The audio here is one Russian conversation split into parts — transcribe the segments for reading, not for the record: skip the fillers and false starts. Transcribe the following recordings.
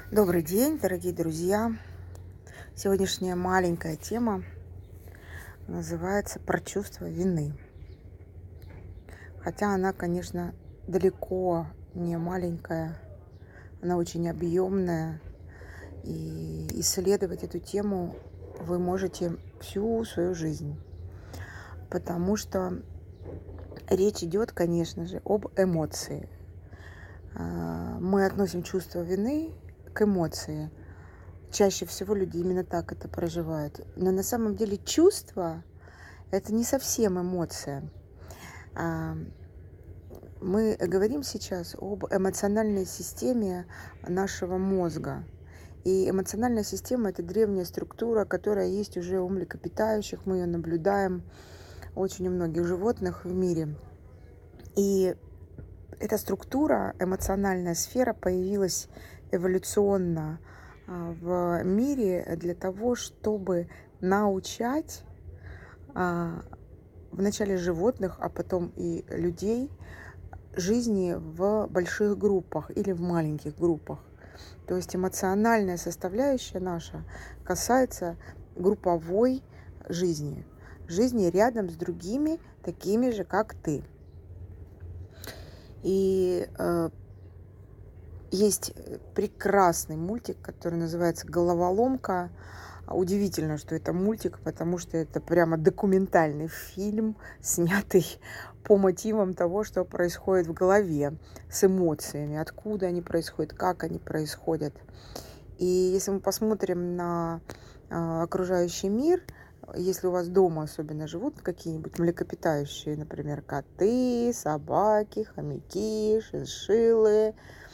Добрый день, дорогие друзья! Сегодняшняя маленькая тема называется «Про чувство вины». Хотя она, конечно, далеко не маленькая, она очень объемная, и исследовать эту тему вы можете всю свою жизнь, потому что речь идет, конечно же, об эмоции. Мы относим чувство вины к эмоции. Чаще всего люди именно так это проживают. Но на самом деле чувство — это не совсем эмоция. А, Мы говорим сейчас об эмоциональной системе нашего мозга. И эмоциональная система — это древняя структура, которая есть уже у млекопитающих. Мы ее наблюдаем очень у многих животных в мире. И эта структура, эмоциональная сфера, появилась эволюционно в мире для того, чтобы научать вначале животных, а потом и людей жизни в больших группах или в маленьких группах. То есть эмоциональная составляющая наша касается групповой жизни, жизни рядом с другими, такими же, как ты. И есть прекрасный мультик, который называется «Головоломка». Удивительно, что это мультик, потому что это прямо документальный фильм, снятый по мотивам того, что происходит в голове, с эмоциями, откуда они происходят, как они происходят. И если мы посмотрим на окружающий мир, если у вас дома особенно живут какие-нибудь млекопитающие, например, коты, собаки, хомяки, шиншиллы,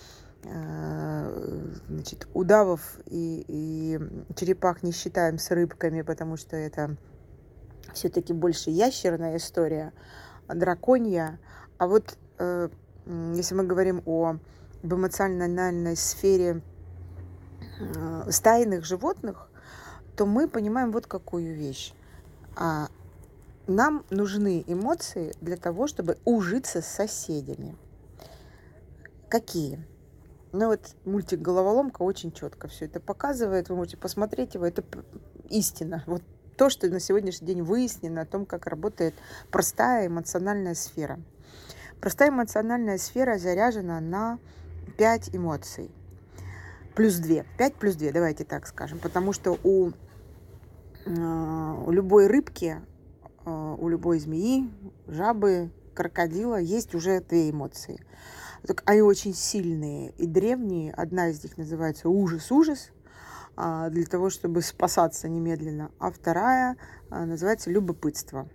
значит, удавов и черепах не считаем с рыбками, потому что это все-таки больше ящерная история, драконья. А вот если мы говорим об эмоциональной сфере стайных животных, то мы понимаем вот какую вещь. Нам нужны эмоции для того, чтобы ужиться с соседями. Какие? Ну вот мультик «Головоломка» очень четко все это показывает. Вы можете посмотреть его. Это истина. Вот то, что на сегодняшний день выяснено о том, как работает простая эмоциональная сфера. Простая эмоциональная сфера заряжена на 5 эмоций. Плюс 2. 5 плюс 2, давайте так скажем. Потому что у любой рыбки, у любой змеи, жабы, крокодила есть уже 2 эмоции. Они очень сильные и древние. Одна из них называется ужас-ужас, для того, чтобы спасаться немедленно. А вторая называется любопытство.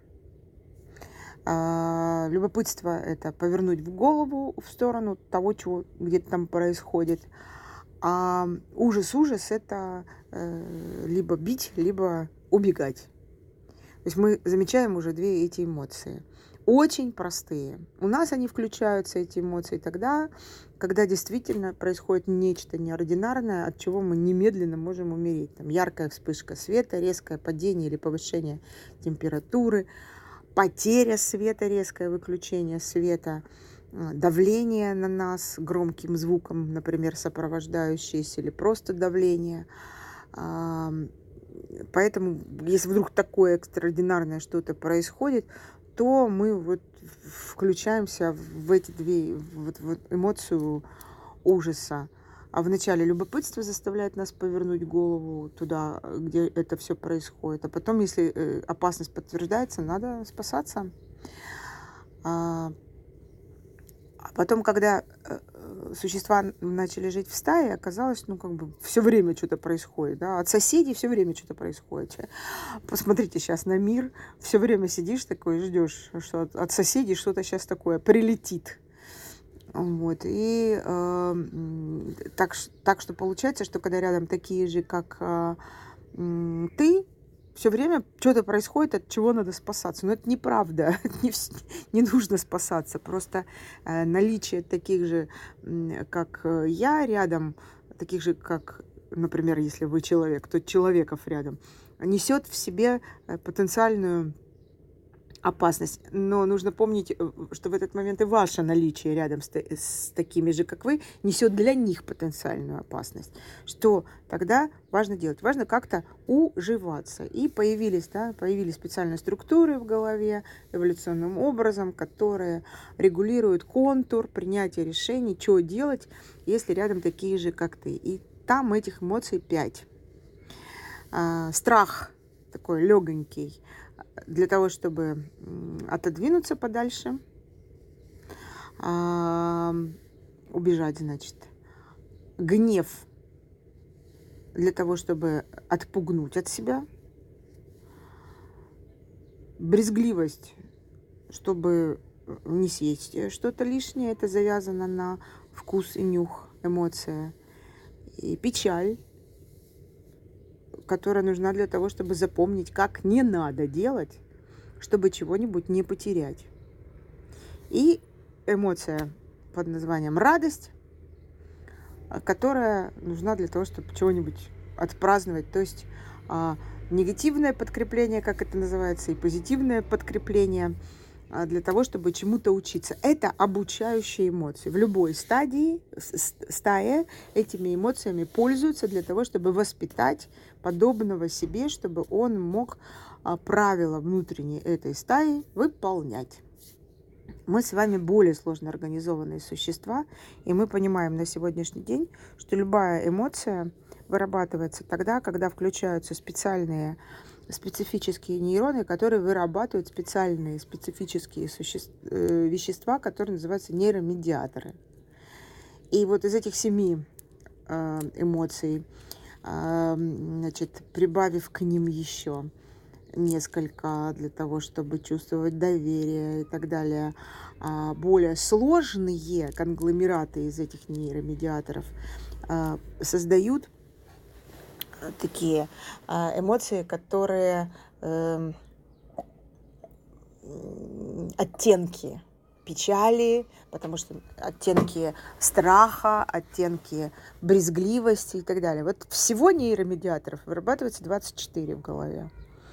Любопытство — это повернуть в голову в сторону того, чего где-то там происходит. А ужас-ужас — это либо бить, либо убегать. То есть мы замечаем уже 2 эти эмоции. Очень простые. У нас они включаются, эти эмоции, тогда, когда действительно происходит нечто неординарное, от чего мы немедленно можем умереть. Там яркая вспышка света, резкое падение или повышение температуры, потеря света, резкое выключение света, давление на нас громким звуком, например, сопровождающееся, или просто давление. Поэтому, если вдруг такое экстраординарное что-то происходит, то мы вот включаемся в эти 2, вот эмоцию ужаса. А вначале любопытство заставляет нас повернуть голову туда, где это все происходит. А потом, если опасность подтверждается, надо спасаться. А потом, когда существа начали жить в стае, оказалось, все время что-то происходит, да, от соседей все время что-то происходит. Посмотрите сейчас на мир, все время сидишь такой и ждешь, что от соседей что-то сейчас такое прилетит. Вот. И так что получается, что когда рядом такие же, как ты, все время что-то происходит, от чего надо спасаться. Но это неправда. Не нужно спасаться. Просто наличие таких же, как я, рядом, таких же, как, например, если вы человек, то человеков рядом, несет в себе потенциальную опасность. Но нужно помнить, что в этот момент и ваше наличие рядом с такими же, как вы, несет для них потенциальную опасность. Что тогда важно делать? Важно как-то уживаться. И появились специальные структуры в голове эволюционным образом, которые регулируют контур принятия решений, что делать, если рядом такие же, как ты. И там этих эмоций 5. Страх такой легонький, для того, чтобы отодвинуться подальше, убежать, значит. Гнев для того, чтобы отпугнуть от себя. Брезгливость, чтобы не съесть что-то лишнее. Это завязано на вкус и нюх, эмоция. И печаль, которая нужна для того, чтобы запомнить, как не надо делать, чтобы чего-нибудь не потерять. И эмоция под названием радость, которая нужна для того, чтобы чего-нибудь отпраздновать. То есть негативное подкрепление, как это называется, и позитивное подкрепление для того, чтобы чему-то учиться. Это обучающие эмоции. В любой стае этими эмоциями пользуются для того, чтобы воспитать подобного себе, чтобы он мог правила внутренней этой стаи выполнять. Мы с вами более сложно организованные существа, и мы понимаем на сегодняшний день, что любая эмоция вырабатывается тогда, когда включаются специфические нейроны, которые вырабатывают специальные специфические вещества, которые называются нейромедиаторы. И вот из этих 7 эмоций, значит, прибавив к ним еще несколько для того, чтобы чувствовать доверие и так далее, более сложные конгломераты из этих нейромедиаторов создают такие эмоции, которые оттенки печали, потому что оттенки страха, оттенки брезгливости и так далее. Вот всего нейромедиаторов вырабатывается 24 в голове.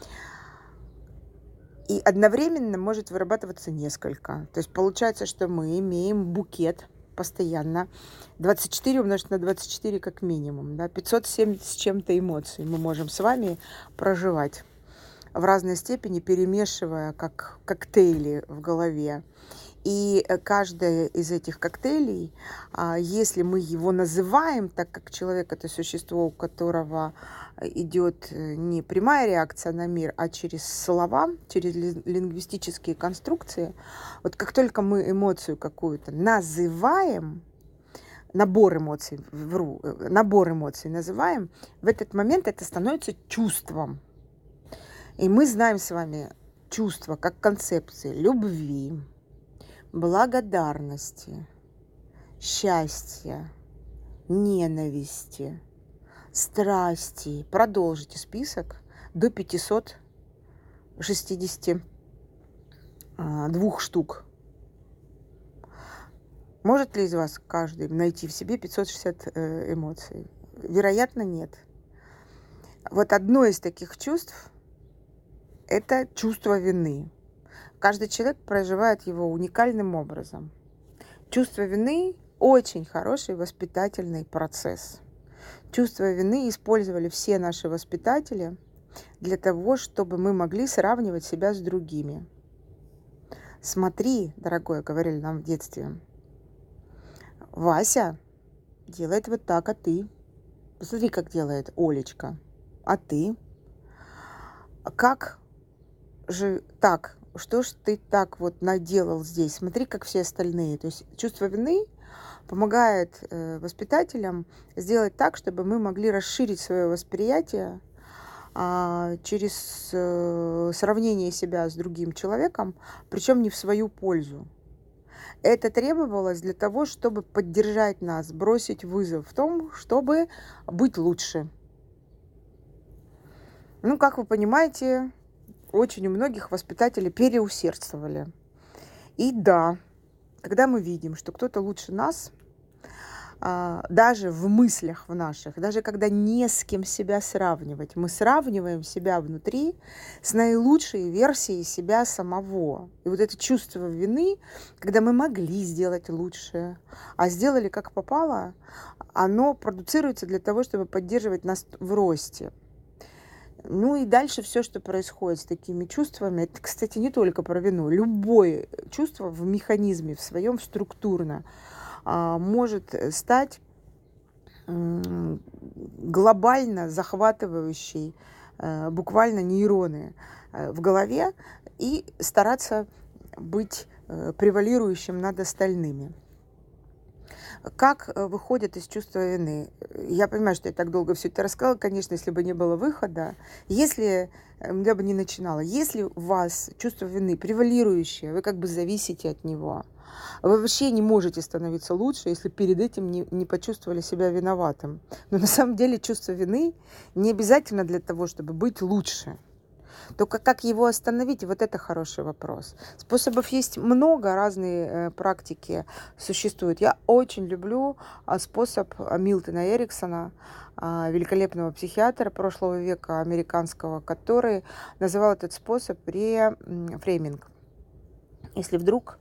И одновременно может вырабатываться несколько. То есть получается, что мы имеем букет постоянно. 24 умножить на 24 как минимум. Да? 570 с чем-то эмоций мы можем с вами проживать в разной степени, перемешивая как коктейли в голове. И каждая из этих коктейлей, если мы его называем, так как человек — это существо, у которого идет не прямая реакция на мир, а через слова, через лингвистические конструкции, вот как только мы эмоцию какую-то называем, набор эмоций называем, в этот момент это становится чувством. И мы знаем с вами чувства как концепции любви, благодарности, счастья, ненависти, страсти. Продолжите список до 562 штук. Может ли из вас каждый найти в себе 560 эмоций? Вероятно, нет. Вот одно из таких чувств – это чувство вины. Каждый человек проживает его уникальным образом. Чувство вины – очень хороший воспитательный процесс. Чувство вины использовали все наши воспитатели для того, чтобы мы могли сравнивать себя с другими. Смотри, дорогой, говорили нам в детстве, Вася делает вот так, а ты? Посмотри, как делает Олечка. А ты? Как же так? Что ж ты так вот наделал здесь? Смотри, как все остальные. То есть чувство вины помогает воспитателям сделать так, чтобы мы могли расширить свое восприятие через сравнение себя с другим человеком, причем не в свою пользу. Это требовалось для того, чтобы поддержать нас, бросить вызов в том, чтобы быть лучше. Ну, как вы понимаете, очень у многих воспитатели переусердствовали. И да, когда мы видим, что кто-то лучше нас, даже в мыслях в наших, даже когда не с кем себя сравнивать, мы сравниваем себя внутри с наилучшей версией себя самого. И вот это чувство вины, когда мы могли сделать лучше, а сделали как попало, оно продуцируется для того, чтобы поддерживать нас в росте. Ну и дальше все, что происходит с такими чувствами, это, кстати, не только про вину. Любое чувство в механизме, в своем структурно может стать глобально захватывающей буквально нейроны в голове и стараться быть превалирующим над остальными. Как выходят из чувства вины? Я понимаю, что я так долго все это рассказала. Конечно, если бы не было выхода, если я бы не начинала. Если у вас чувство вины превалирующее, вы как бы зависите от него, вы вообще не можете становиться лучше, если перед этим не почувствовали себя виноватым. Но на самом деле чувство вины не обязательно для того, чтобы быть лучше. Только как его остановить, вот это хороший вопрос. Способов есть много, разные практики существуют. Я очень люблю способ Милтона Эриксона, великолепного психиатра прошлого века американского, который называл этот способ рефрейминг. Если вдруг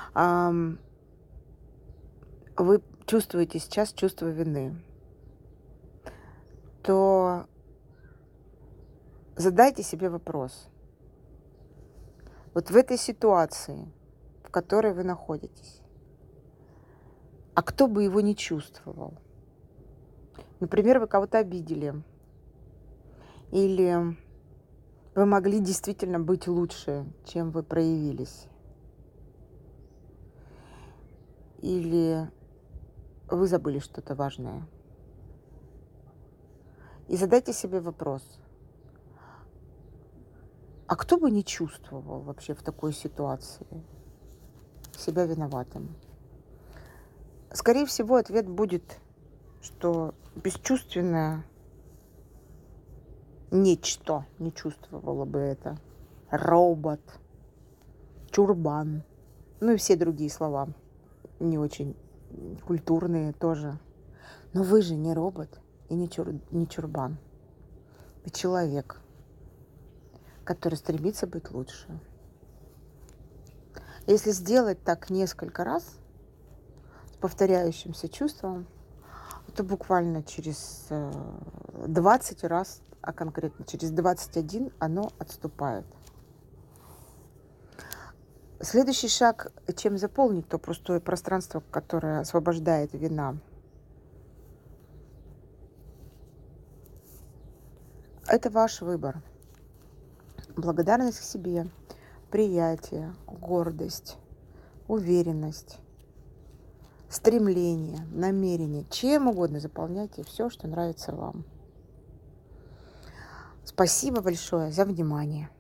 вы чувствуете сейчас чувство вины, то задайте себе вопрос. Вот в этой ситуации, в которой вы находитесь, а кто бы его не чувствовал? Например, вы кого-то обидели, или вы могли действительно быть лучше, чем вы проявились, или вы забыли что-то важное. И задайте себе вопрос. А кто бы не чувствовал вообще в такой ситуации себя виноватым? Скорее всего, ответ будет, что бесчувственное нечто не чувствовало бы это. Робот, чурбан, ну и все другие слова, не очень культурные тоже. Но вы же не робот и не чурбан. Вы человек, который стремится быть лучше. Если сделать так несколько раз с повторяющимся чувством, то буквально через 20 раз, а конкретно через 21 оно отступает. Следующий шаг, чем заполнить то пустое пространство, которое освобождает вина. Это ваш выбор. Благодарность к себе, приятие, гордость, уверенность, стремление, намерение. Чем угодно заполняйте все, что нравится вам. Спасибо большое за внимание.